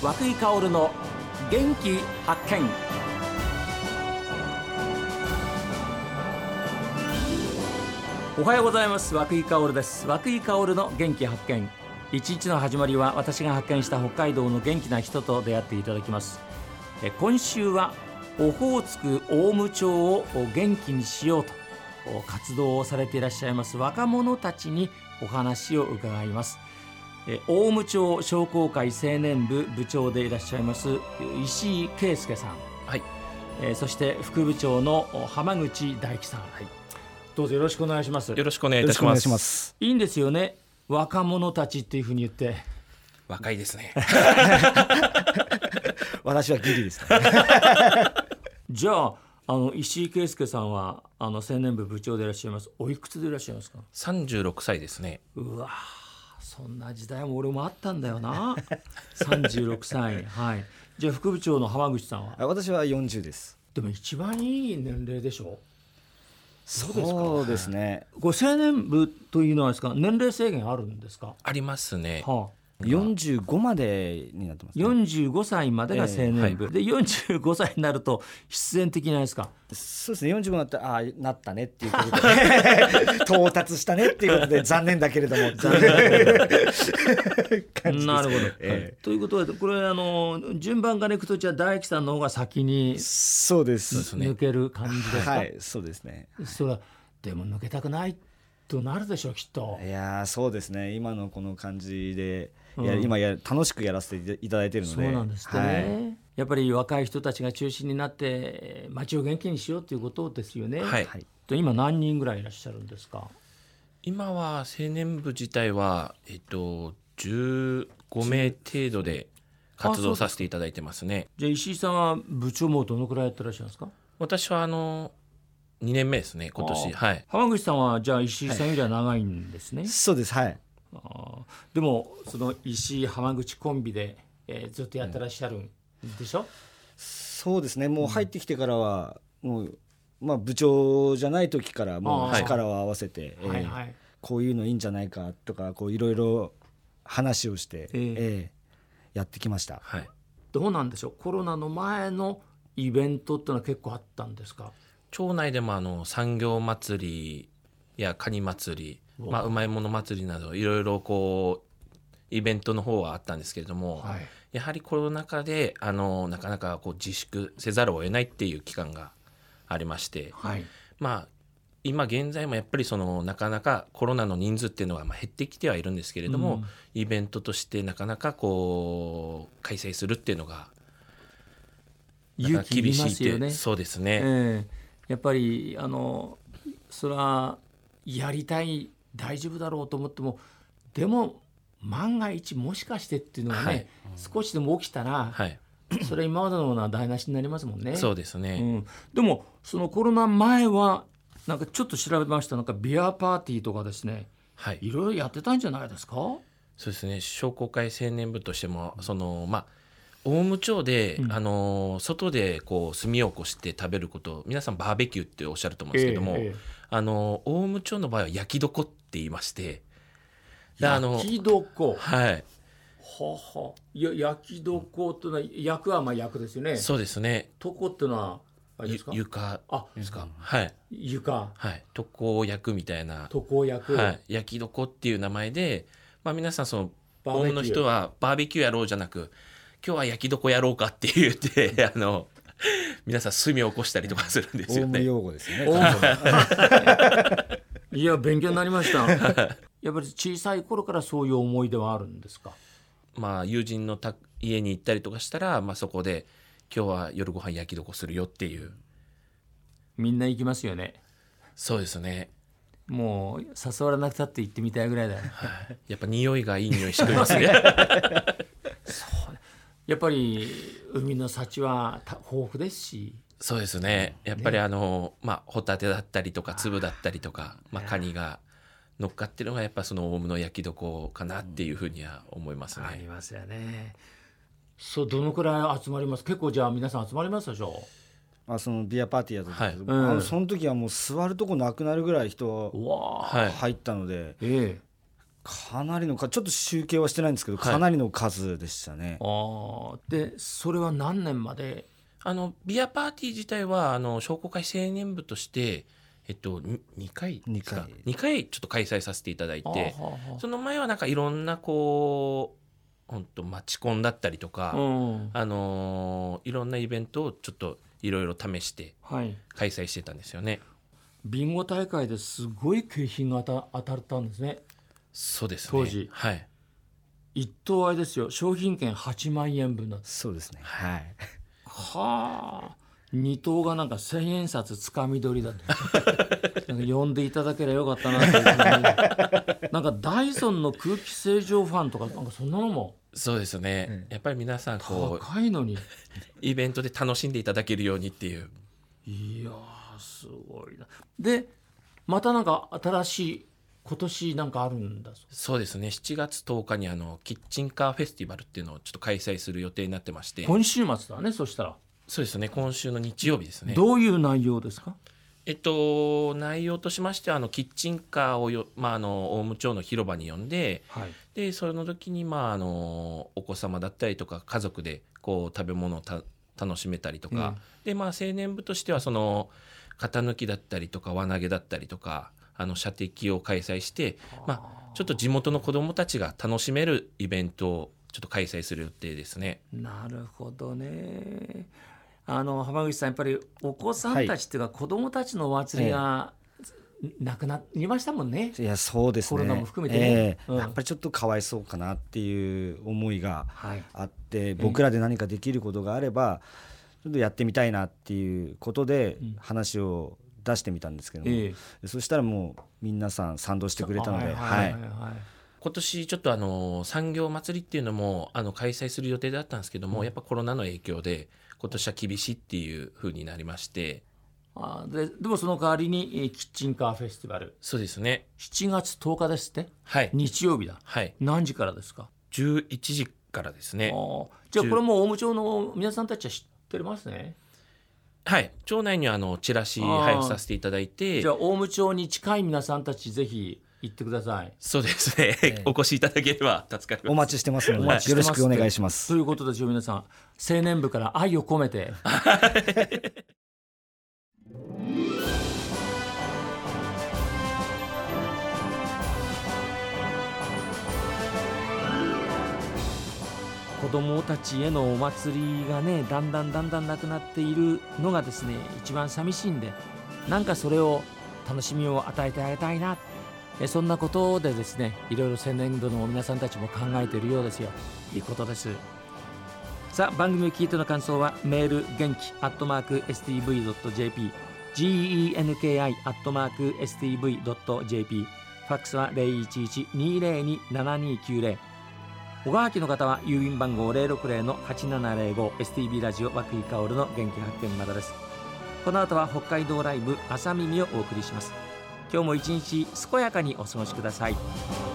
和久井薫の元気発見。おはようございます。和久井薫です。和久井薫の元気発見。一日の始まりは私が発見した北海道の元気な人と出会っていただきます。今週はオホーツク大武町を元気にしようと活動をされていらっしゃいます若者たちにお話を伺います。大武町商工会青年部部長でいらっしゃいます石井圭介さん、 はい、 そして副部長の浜口大樹さん、はい、どうぞよろしくお願いします。 よろしくお願いいたします。 いいんですよね、若者たちっていうふうに言って。 若いですね私はギリですじゃあ、石井圭介さんは青年部部長でいらっしゃいます。おいくつでいらっしゃいますか ？36歳ですね。 うわ、そんな時代も俺もあったんだよな36歳、はい、じゃあ副部長の浜口さんは？ 私は40です。 でも一番いい年齢でしょ。 そうですね。 ご青年部というのはですか、年齢制限あるんですか？ ありますね、 45までになってますね。 45歳までが青年部、で45歳になると必然的なんですか？ そうですね、45になったらなったねっていうことで到達したねっていうことで残念だけれども残念だけれどもなるほど、ということはこれ順番がねいくと、じゃあ大樹さんの方が先にそうです抜ける感じですか？ はい、そうですね。 それはでも抜けたくないとなるでしょう、きっと。 いやそうですね、今のこの感じで今楽しくやらせていただいているので。 そうなんですね、はい、やっぱり若い人たちが中心になって街を元気にしようということですよね。 はい、 今何人ぐらいいらっしゃるんですか？ 今は青年部自体は、15名程度で活動させていただいてますね。 じゃあ石井さんは部長もどのくらいやってらっしゃるんですか？ 私は2年目ですね、今年。はい、 浜口さんはじゃあ石井さんよりは長いんですね。 はい、そうです。はい。 でもその石井浜口コンビで、ずっとやってらっしゃるんでしょ？ そうですね、もう入ってきてからはもう、部長じゃない時からもう力を合わせて、こういうのいいんじゃないかとかいろいろ話をして、やってきました。 はい、どうなんでしょう、コロナの前のイベントってのは結構あったんですか？ 町内でも産業祭りやカニ祭り、うまいもの祭りなどいろいろイベントの方はあったんですけれども、やはりコロナ禍でなかなか自粛せざるを得ないっていう期間がありまして、今現在もやっぱりなかなかコロナの人数っていうのは減ってきてはいるんですけれども、イベントとしてなかなか開催するっていうのが勇気いりますよね。 そうですね、 やっぱりそれはやりたい、大丈夫だろうと思っても、でも万が一もしかしてっていうのがね、少しでも起きたら、それ今までのような台無しになりますもんね。 そうですね、 でもそのコロナ前はなんかちょっと調べました、なんかビアパーティーとかですね、いろいろやってたんじゃないですか？ そうですね、商工会青年部としても大武町で、外で炭を起こして食べることを皆さんバーベキューっておっしゃると思うんですけども、大武町の場合は焼き床って言いまして、 焼き床、 はい、 焼き床ってのは焼くは焼くですよね。 そうですね。 床ってのはあれですか？ 床ですか？ はい、 床、 床を焼くみたいな、 床を焼く、 焼き床っていう名前で、皆さん大武の人はバーベキューやろうじゃなく、今日は焼き床やろうかって言って皆さん炭を起こしたりとかするんですよね。 大武用語ですよねいや勉強になりましたやっぱり小さい頃からそういう思い出はあるんですか？ 友人の家に行ったりとかしたら、そこで今日は夜ご飯焼き床するよっていう。 みんな行きますよね。 そうですね、 もう誘われなくたって行ってみたいぐらいだよ、 やっぱ匂いがいい匂いしてくれますねそうやっぱり海の幸は豊富ですし。 そうですね、やっぱりホタテだったりとか粒だったりとか、カニが乗っかってるのがやっぱ大武の焼き床かなっていうふうには思いますね。 ありますよね。どのくらい集まります？結構じゃあ皆さん集まりますでしょ？ そのビアパーティーやったんですけど、その時はもう座るとこなくなるぐらい人入ったので、 かなりのちょっと集計はしてないんですけど、かなりの数でしたね。 でそれは何年まで？ ビアパーティー自体は商工会青年部として2回ですか、2回ちょっと開催させていただいて、その前はなんかいろんなこう本当マチコンだったりとか、いろんなイベントをちょっといろいろ試して開催してたんですよね。 ビンゴ大会ですごい景品が当たったんですね。 そうですね、 当時、 はい、 1等あれですよ、商品券8万円分だった。 そうですね、はい。 はあ、2等がなんか1000円札つかみ取りだとなんか呼んでいただければよかったなってなんかダイソンの空気清浄ファンとかなんかそんなのも。 そうですね、やっぱり皆さんこう高いのにイベントで楽しんでいただけるようにっていう。 いやすごいな。でまたなんか新しい今年なんかあるんだ。 そうですね、7月10日にキッチンカーフェスティバルっていうのをちょっと開催する予定になってまして。 今週末だね。そしたらそうですね、今週の日曜日ですね。 どういう内容ですか？ 内容としましてはキッチンカーを大務町の広場に呼んで、でその時にお子様だったりとか家族でこう食べ物を楽しめたりとか、で青年部としてはその型抜きだったりとか輪投げだったりとか射的を開催して、ちょっと地元の子どもたちが楽しめるイベントをちょっと開催する予定ですね。 なるほどね。浜口さん、やっぱりお子さんたちっていうか、子どもたちのお祭りがなくなりましたもんね。 いやそうですね、 コロナも含めてね、 やっぱりちょっとかわいそうかなっていう思いがあって、僕らで何かできることがあればちょっとやってみたいなっていうことで話を出してみたんですけども、そしたらもう皆さん賛同してくれたので、 今年ちょっと産業祭りっていうのも開催する予定だったんですけども、やっぱコロナの影響で今年は厳しいっていう風になりまして。 でもその代わりにキッチンカーフェスティバル。 そうですね、 7月10日ですって。日曜日だ。何時からですか ？11時からですね。 じゃあこれも大務町の皆さんたちは知ってますね。 はい、町内にはチラシ配布させていただいて。 じゃあ大務町に近い皆さんたちぜひ行ってください。 そうですね、お越しいただければ助かります。 お待ちしてますのでよろしくお願いします。 ということですよ、皆さん青年部から愛を込めて子どもたちへのお祭りがね、だんだんなくなっているのがですね、一番寂しいんで、なんかそれを楽しみを与えてあげたいな、そんなことでですね、いろいろ青年度の皆さんたちも考えているようですよ。いいことです。さあ、番組を聞いての感想はメール元気@stv.jp genki@stv.jp ファックスは 011-202-7290。おがわきの方は郵便番号 060-8705 STB ラジオ和久井薫の元気発見までです。この後は北海道ライブ朝耳をお送りします。今日も一日健やかにお過ごしください。